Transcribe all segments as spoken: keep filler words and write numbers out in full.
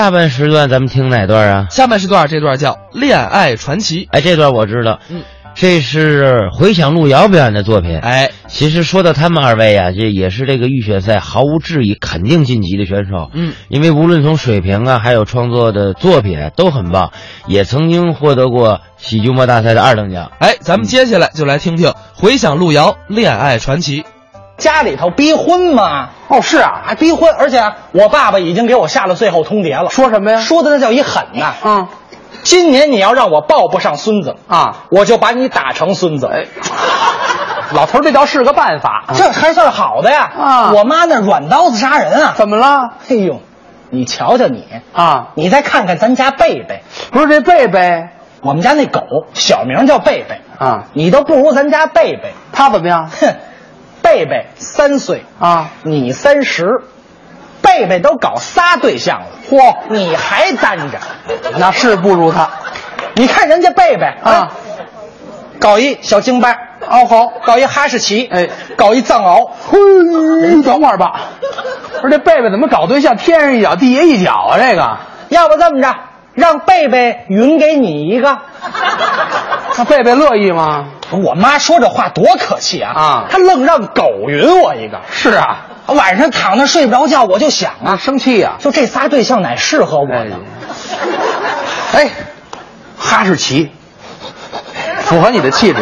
下半时段咱们听哪段啊？ 下半时段这段叫《恋爱传奇》。 哎，这段我知道。 嗯， 这是回响路遥表演的作品。 哎， 其实说到他们二位啊，这也是这个预选赛毫无质疑肯定晋级的选手。 嗯，因为无论从水平啊，还有创作的作品都很棒，也曾经获得过喜剧幽默大赛的二等奖。 哎，咱们接下来就来听听回响路遥《恋爱传奇》。 家里头逼婚吗？ 哦，是啊， 还逼婚，而且啊，我爸爸已经给我下了最后通牒了。 说什么呀？ 说的那叫一狠呐！ 嗯， 今年你要让我抱不上孙子啊， 我就把你打成孙子。 哎，老头，这倒是个办法， 这还算好的呀！ 啊， 我妈那软刀子杀人啊！ 怎么了？ 哎呦，你瞧瞧你啊， 你再看看咱家贝贝， 不是这贝贝， 我们家那狗小名叫贝贝啊， 你都不如咱家贝贝。 他怎么样？ 哼。贝贝三岁啊， 你三十，贝贝都搞仨对象了， 嚯， 你还单着， 那是不如他。 你看人家贝贝啊， 搞一小京巴， 哦好， 搞一哈士奇， 哎， 搞一藏獒。 嘿，你等会儿吧，不是这贝贝怎么搞对象天上一脚地下一脚啊？这个， 要不这么着，让贝贝匀给你一个。 那贝贝乐意吗？ 我妈说这话多可气啊！ 啊， 她愣让狗匀我一个。 是啊， 晚上躺那睡不着觉，我就想啊， 生气呀、 啊，就这仨对象哪适合我呢？ 哎，哈士奇，符合你的气质。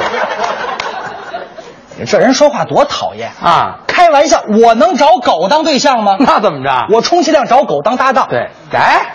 这人说话多讨厌啊！ 开玩笑，我能找狗当对象吗？ 那怎么着？ 我充其量找狗当搭档。 对，改。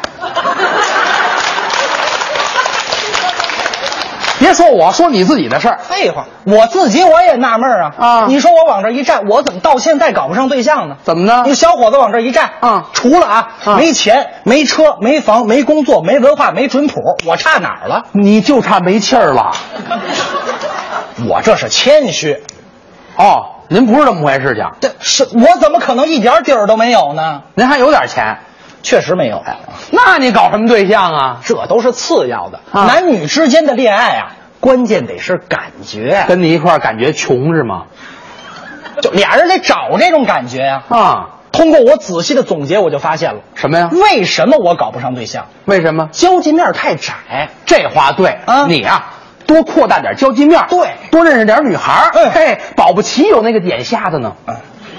别说我，说你自己的事儿。 废话，我自己我也纳闷啊啊！ 你说我往这一站，我怎么到现在搞不上对象呢？ 怎么呢？ 你小伙子往这一站啊， 除了啊，啊没钱、没车、没房、没工作、没文化、没准谱，我差哪儿了？ 你就差没气儿了。 我这是谦虚。 哦，您不是这么回事情。 这是我怎么可能一点底儿都没有呢？ 您还有点钱。 确实没有， 那你搞什么对象啊？ 这都是次要的。 啊、 男女之间的恋爱啊，关键得是感觉。 跟你一块儿感觉穷是吗？ 就俩人得找这种感觉呀、 啊。啊， 通过我仔细的总结，我就发现了什么呀？ 为什么我搞不上对象？ 为什么？ 交际面太窄。 这话对啊， 你啊，多扩大点交际面， 对， 多认识点女孩。 嗯， 嘿，保不齐有那个点瞎的呢。 嗯。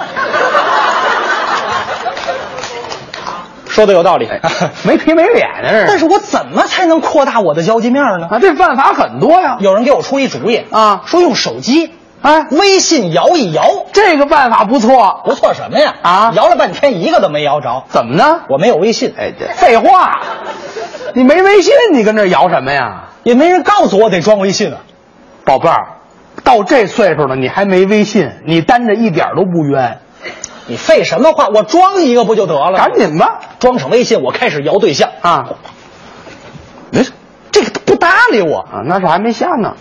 说的有道理， 没皮没脸的是。 但是我怎么才能扩大我的交际面呢？ 啊，这办法很多呀。 有人给我出一主意啊， 说用手机， 哎， 微信摇一摇， 这个办法不错。 不错什么呀？ 啊， 摇了半天一个都没摇着。 怎么呢？ 我没有微信。 哎，废话，你没微信，你跟这摇什么呀？ 也没人告诉我得装微信啊。 宝贝儿，到这岁数了，你还没微信，你单着一点都不冤。 你废什么话？我装一个不就得了？ 赶紧吧， 装上微信，我开始摇对象啊。 哎，这个不搭理我啊，那是还没下呢。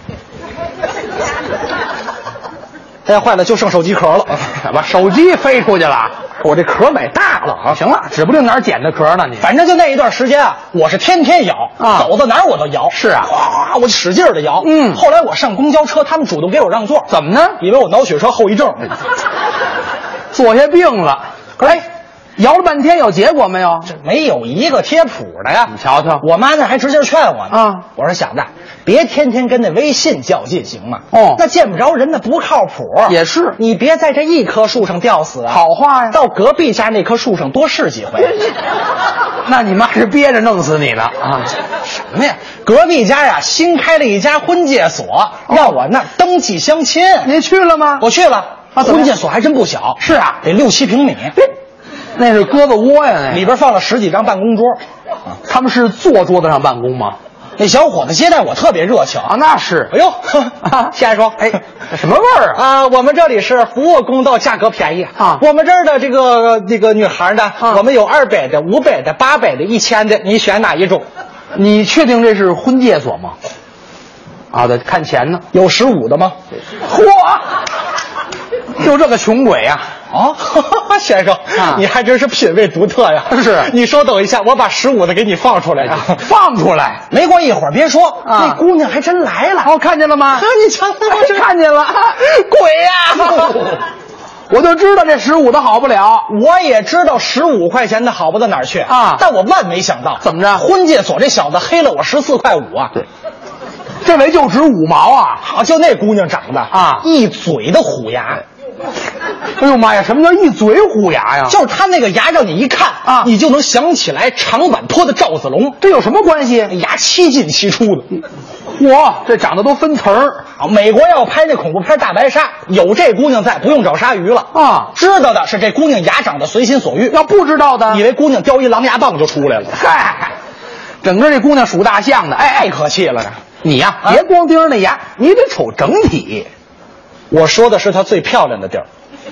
哎呀，坏了，就剩手机壳了， 把手机飞出去了。 我这壳买大了啊！ 行了，指不定哪儿捡的壳呢你。 反正就那一段时间啊，我是天天摇啊， 走到哪儿我都摇。 是啊， 哇，我使劲的摇。 嗯， 后来我上公交车，他们主动给我让座。 怎么呢？ 以为我脑血栓后遗症。 坐下病了。哎，摇了半天有结果没有？ 这没有一个贴谱的呀。 你瞧瞧， 我妈那还直劲劝我呢。 啊， 我说小子，别天天跟那微信较劲行吗？ 哦， 那见不着人，那不靠谱。 也是， 你别在这一棵树上吊死啊。 好话呀， 到隔壁家那棵树上多试几回。 那你妈是憋着弄死你呢啊？ 什么呀？隔壁家呀新开了一家婚介所，哦、让我那登记相亲。 你去了吗？ 我去了。啊，婚介所还真不小。 是啊， 得六七平米。 那是鸽子窝呀，那里边放了十几张办公桌。 啊，他们是坐桌子上办公吗？ 那小伙子接待我特别热情啊，那是。 哎呦，先说， 哎，什么味儿啊？ 啊，我们这里是服务公道，价格便宜啊。 我们这儿的这个这个女孩呢， 啊、 我们有二百的、五百的、八百的、一千的，你选哪一种？ 你确定这是婚介所吗？啊，得看钱呢。 有十五的吗？ 嚯！就这个穷鬼呀！ 啊，先生， 啊， 你还真是品味独特呀！ 是， 你稍等一下，我把十五的给你放出来啊！ 放出来！ 没过一会儿，别说， 啊， 那姑娘还真来了。 哦，看见了吗？ 啊，你瞧， 哎，看见了， 鬼呀！ 我就知道这十五的好不了。 我也知道十五块钱的好不到哪儿去啊， 但我万没想到， 怎么着？ 婚介所这小子黑了我十四块五啊！ 对，这回就值五毛啊！ 好，就那姑娘长得啊， 一嘴的虎牙。 哎呦妈呀，什么叫一嘴虎牙呀？ 就是他那个牙，让你一看啊， 你就能想起来长坂坡的赵子龙。 这有什么关系？ 牙七进七出的。 嚯，这长得都分层儿。 啊，美国要拍那恐怖片《大白鲨》，有这姑娘在，不用找鲨鱼了啊。 知道的是这姑娘牙长得随心所欲， 要不知道的， 以为姑娘叼一狼牙棒就出来了。 嗨，整个这姑娘属大象的，哎太可气了。 你呀、 啊， 别光盯着那牙，你得瞅整体。 我说的是她最漂亮的地儿。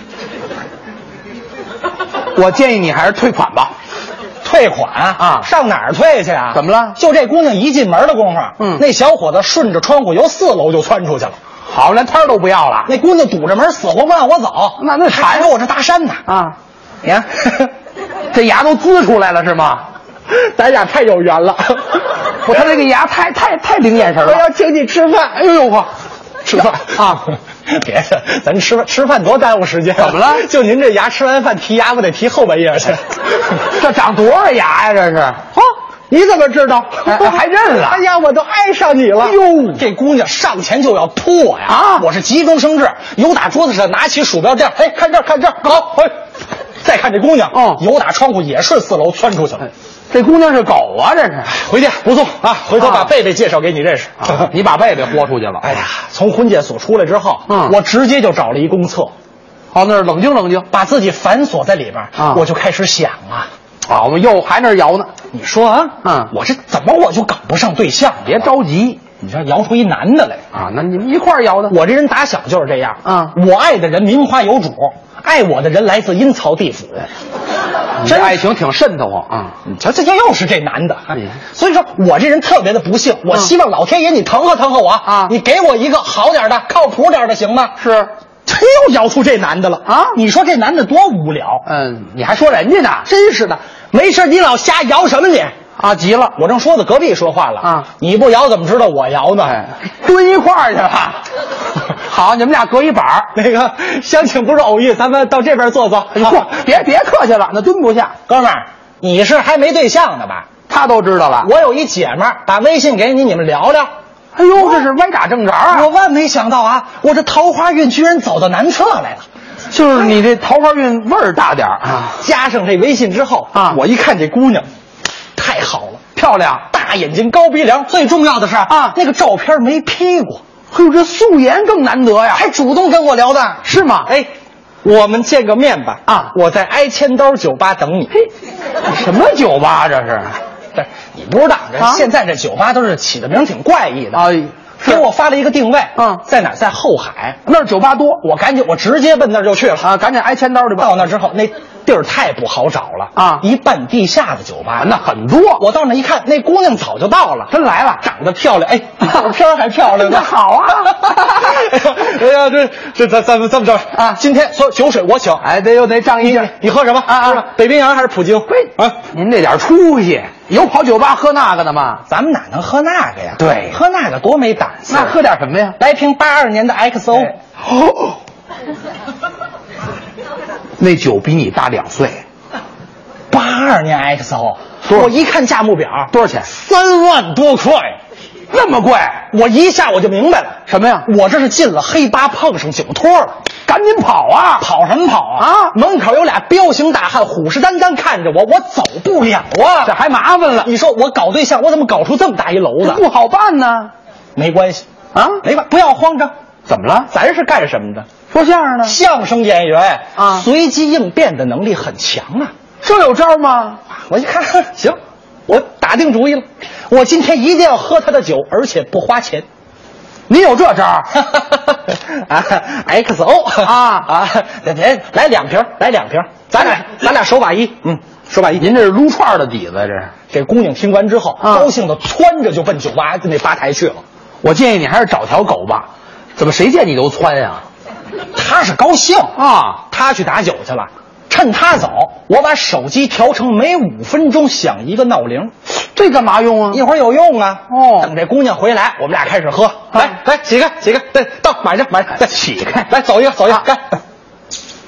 我建议你还是退款吧。 退款啊？ 上哪儿退去啊？ 怎么了？ 就这姑娘一进门的功夫， 嗯， 那小伙子顺着窗户由四楼就窜出去了。 好，连摊都不要了。 那姑娘堵着门，死活不让我走。 那那还跟我这搭讪呢啊！ 你看， 这牙都滋出来了是吗？ 咱俩太有缘了。 不，他这个牙太太太灵眼神了。 我要请你吃饭。 哎呦呦呵， 吃饭啊！ 别的，咱吃饭吃饭多耽误时间。 怎么了？ 就您这牙，吃完饭提牙，我得提后半夜去。 这长多少牙呀？这是啊！ 你怎么知道？ 哎、还认了？ 哎呀，我都爱上你了！ 哟， 这姑娘上前就要扑我呀！ 啊！ 我是急中生智，由打桌子上拿起鼠标垫，哎，看这儿，看这儿，好，哎，再看这姑娘， 哦， 由打窗户也顺四楼窜出去了。 哎、这姑娘是狗啊，这是。 回去不送啊！回头把贝贝介绍给你认识。 啊、你把贝贝豁出去了。 哎呀，从婚介所出来之后， 嗯， 我直接就找了一公厕， 好，那是冷静冷静， 把自己反锁在里边啊， 我就开始想啊。 啊，我们又还那摇呢。 你说啊， 嗯， 我这怎么我就搞不上对象？ 别着急， 你这摇出一男的来啊，那你们一块儿摇的。 我这人打小就是这样， 嗯， 我爱的人名花有主，爱我的人来自阴曹地府。 这爱情挺瘆得慌啊！ 你瞧，这就又是这男的， 嗯、 所以说我这人特别的不幸。我希望老天爷你疼和疼和我啊， 你给我一个好点的、靠谱点的，行吗？ 是。 这又摇出这男的了啊！ 你说这男的多无聊。 嗯，你还说人家呢？ 真是的，没事你老瞎摇什么你？ 啊，急了！ 我正说的，隔壁说话了啊！ 你不摇怎么知道我摇呢？ 哎，蹲一块儿去了。好，你们俩隔一板儿。 那个相请不是偶遇，咱们到这边坐坐。 嚯，别别客气了，那蹲不下。 哥们儿，你是还没对象呢吧？ 他都知道了。 我有一姐们儿，把微信给你，你们聊聊。 哎呦，这是歪打正着啊！ 我万没想到啊，我这桃花运居然走到男厕来了。 就是你这桃花运味儿大点儿啊！ 加上这微信之后啊， 我一看这姑娘，太好了， 漂亮， 大眼睛，高鼻梁，最重要的是啊， 那个照片没 P 过。 哎呦，这素颜更难得呀！ 还主动跟我聊的， 是吗？ 哎，我们见个面吧。 啊， 我在挨千刀酒吧等你。 嘿，什么酒吧这是？ 这你不知道，这啊、 现在这酒吧都是起的名挺怪异的。 哎。 给我发了一个定位， 嗯， 在哪儿？在后海， 那儿酒吧多。 我赶紧，我直接奔那儿就去了啊！赶紧挨千刀去吧。 到那之后，那地儿太不好找了啊！ 一半地下的酒吧， 那很多。 我到那一看，那姑娘早就到了， 真来了， 长得漂亮，哎，照片还漂亮呢。 那好啊！ 哎呀，这这咱咱们这么着啊， 今天所有酒水我请。 哎，得有得仗义。 你你喝什么啊啊？ 北冰洋还是普京？ 喂啊， 您这点出息，有跑酒吧喝那个的吗？ 咱们哪能喝那个呀？ 对， 喝那个多没胆子。 那喝点什么呀？ 来瓶八二年的 X O。 哦，那酒比你大两岁。 八二年 X O， 我一看价目表， 多少钱？ 三万多块， 那么贵！ 我一下我就明白了， 什么呀？ 我这是进了黑吧，碰上酒托了， 赶紧跑啊！ 跑什么跑啊？ 啊！ 门口有俩彪形大汉虎视眈眈看着我，我走不了啊！ 这还麻烦了。 你说我搞对象，我怎么搞出这么大一篓子？ 不好办呢。 没关系啊， 没关，不要慌张。 怎么了？ 咱是干什么的？ 说相声的。 相声演员啊， 随机应变的能力很强啊。 这有招吗？ 我一看，行，我打定主意了，我今天一定要喝他的酒，而且不花钱。 你有这招啊 ？X O 啊啊！别来两瓶，来两瓶，咱俩咱俩手把一，嗯，手把一。 您这是撸串的底子，这是。 这姑娘听完之后， 啊、 高兴的窜着就奔酒吧那吧台去了。 我建议你还是找条狗吧，怎么谁见你都窜呀？ 他是高兴啊， 他去打酒去了。趁他走，我把手机调成每五分钟响一个闹铃， 这干嘛用啊？ 一会儿有用啊。 哦， 等这姑娘回来，我们俩开始喝。啊、来来，起开，起开，对，到马上马上，再起开， 来走一个，走一个，干、啊。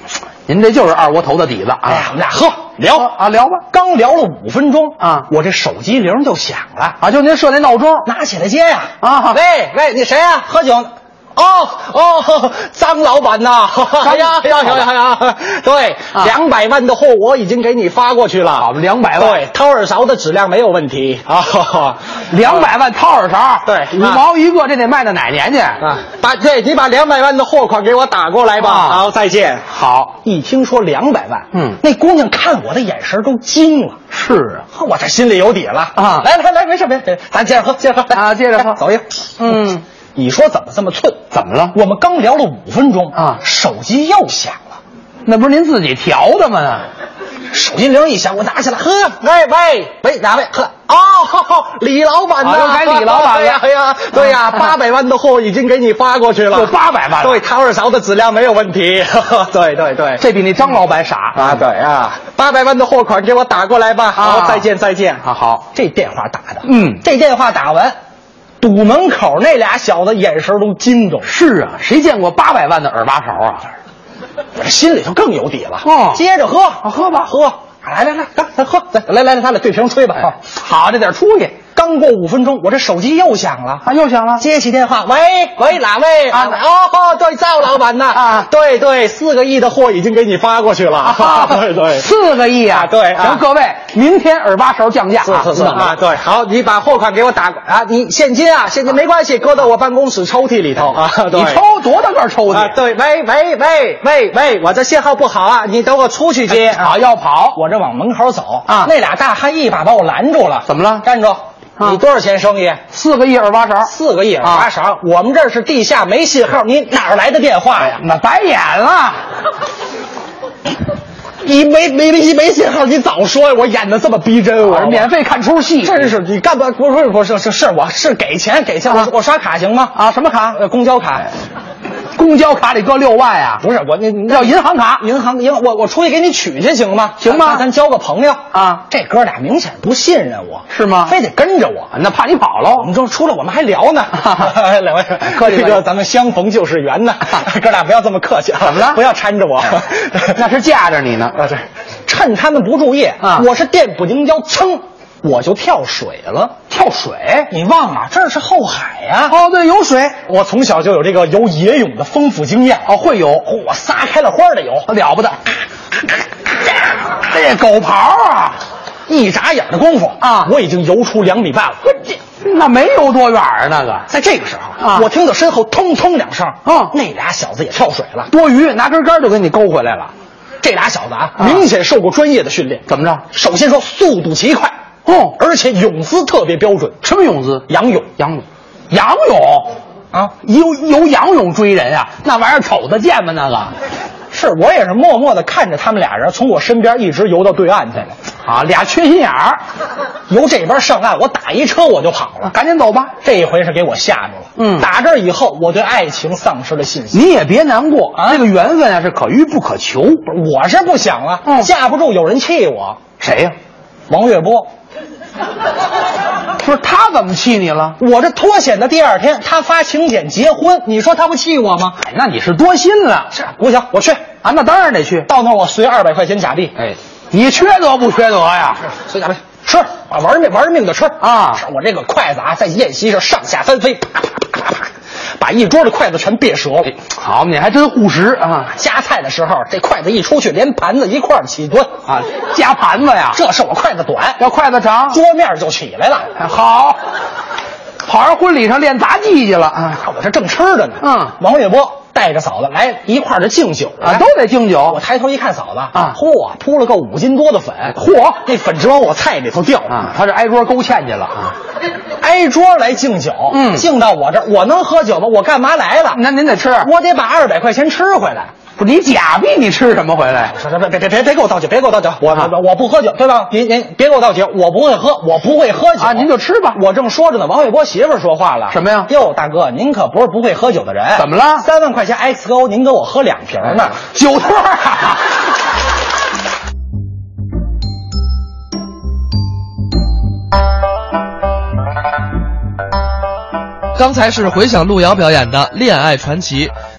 您这就是二锅头的底子啊！ 哎呀，我们俩喝聊啊，聊吧。 刚聊了五分钟啊， 我这手机铃就响了啊，就您设那闹钟， 拿起来接呀啊！ 喂喂，你谁呀？喝酒呢？哦哦，张老板呐！哎呀哎呀哎呀哎呀！对，两百万的货我已经给你发过去了。 好，两百万。 对，掏耳勺的质量没有问题啊。 两百万掏耳勺， 对， 五毛一个，这得卖到哪年去啊？把对你把两百万的货款给我打过来吧。 啊、 好，再见。 好， 一听说两百万， 嗯， 那姑娘看我的眼神都惊了。 是啊， 我这心里有底了啊！ 来来来，没事没事，咱接着喝，接着喝啊，接着喝， 走一个。 嗯。 你说怎么这么寸？ 怎么了？ 我们刚聊了五分钟啊， 手机又响了。 那不是您自己调的吗？ 手机铃一响，我拿起来，喝，喂喂喂，哪位喝？哦，李老板呐， 啊、该李老板了。 哎呀，对呀，八百万的货已经给你发过去了。 有八百万。 对，掏耳勺的质量没有问题。对对对， 这比那张老板傻啊！对啊，八百万的货款给我打过来吧。好，啊、再见再见。 啊好， 这电话打的， 嗯， 这电话打完。堵门口那俩小子眼神都惊着。 是啊，谁见过八百万的耳挖勺啊？ 我这心里头更有底了。 哦， 接着喝， 啊、喝吧， 喝，来来来，咱咱喝，来来来，咱俩对瓶吹吧。 哎、好，这点出息。 刚过五分钟，我这手机又响了， 啊，又响了。 接起电话，喂喂，哪位啊？哦，对，赵老板呐。 啊， 对对，四个亿的货已经给你发过去了。啊，对对， 四个亿啊！ 对， 行，各位，明天耳挖勺降价啊！是是啊，对，好，你把货款给我打啊，你现金啊，现金没关系，搁到我办公室抽屉里头啊。 你抽多大个抽屉？ 啊，对，喂喂喂喂喂，我这信号不好啊，你等我出去接。 好，要跑， 我这往门口走啊， 那俩大汉一把把我拦住了。 怎么了？ 站住！你多少钱生意？ 四个亿耳挖勺， 四个亿耳挖勺。我们这是地下没信号，你哪儿来的电话呀？ 那白眼了。 你没没没没信号，你早说呀！我演的这么逼真，我免费看出戏， 真是你干嘛？不是不是是是，我是给钱给钱，我我刷卡行吗？ 啊，什么卡？ 呃，公交卡。 公交卡里搁六万呀？ 不是我，你要银行卡， 银行银我我出去给你取去行吗？ 行吗？ 咱交个朋友啊。 这哥俩明显不信任我， 是吗？ 非得跟着我， 那怕你跑了。 我们这出来我们还聊呢。两位客气， 这个咱们相逢就是缘呢。哥俩不要这么客气， 怎么了？ 不要搀着我， 那是架着你呢。 啊，对，趁他们不注意啊， 我是电不灵腰，噌。我就跳水了， 跳水？ 你忘了这是后海呀、啊？ 哦，对，有水。 我从小就有这个游野泳的丰富经验。 哦，会游， 我撒开了花的游， 了不得。这狗刨啊！ 一眨眼的功夫啊， 我已经游出两米半了。 那没游多远啊，那个。 在这个时候啊， 我听到身后通通两声， 嗯， 那俩小子也跳水了， 多余，拿根杆就给你勾回来了。 这俩小子啊，啊明显受过专业的训练。 怎么着？ 首先说速度奇快。 哦， 而且泳姿特别标准。 什么泳姿？ 仰泳， 仰泳，仰泳啊！游游仰泳追人啊，那玩意儿瞅得见吗？那个， 是我也是默默的看着他们俩人从我身边一直游到对岸去了。 啊，俩缺心眼儿， 由这边上岸，我打一车我就跑了。 赶紧走吧， 这一回是给我吓着了。 嗯， 打这以后，我对爱情丧失了信心。 你也别难过啊，这个缘分啊是可遇不可求。不是，我是不想了， 嗯， 架不住有人气我。 谁呀？ 王月波。 不是他怎么气你了？ 我这脱险的第二天，他发请柬结婚，你说他不气我吗？ 哎，那你是多心了。 是，不行，我去啊，那当然得去。 到那儿我随二百块钱假币。 哎，你缺德不缺德呀？ 随假币吃啊，玩命玩命的吃啊！ 我这个筷子啊，在宴席上上下翻飞，啪啪啪啪啪，把一桌的筷子全别折了。 哎、好，你还真护食啊！ 夹菜的时候，这筷子一出去，连盘子一块儿起端啊！夹盘子呀？ 这是我筷子短， 要筷子长， 桌面就起来了。 哎、好，跑上婚礼上练杂技去了啊！ 我这正吃着呢， 嗯， 王月波带着嫂子来一块儿的敬酒啊，都得敬酒。 我抬头一看，嫂子啊， 嚯，铺了个五斤多的粉， 嚯， 那粉直往我菜里头掉啊！他这挨桌勾芡去了啊， 挨桌来敬酒， 嗯， 敬到我这儿，我能喝酒吗？我干嘛来了？ 那您得吃， 我得把二百块钱吃回来。 不是你假币，你吃什么回来？ 说别别别别别给我倒酒，别给我倒酒，我我我不喝酒，对吧？您您别给我倒酒，我不会喝，我不会喝酒啊，您就吃吧。 我正说着呢，王月波媳妇说话了， 什么呀？ 哟，大哥，您可不是不会喝酒的人。 怎么了？ 三万块钱 X O， 您给我喝两瓶呢， 酒托啊！ 刚才是回响路遥表演的《恋爱传奇》。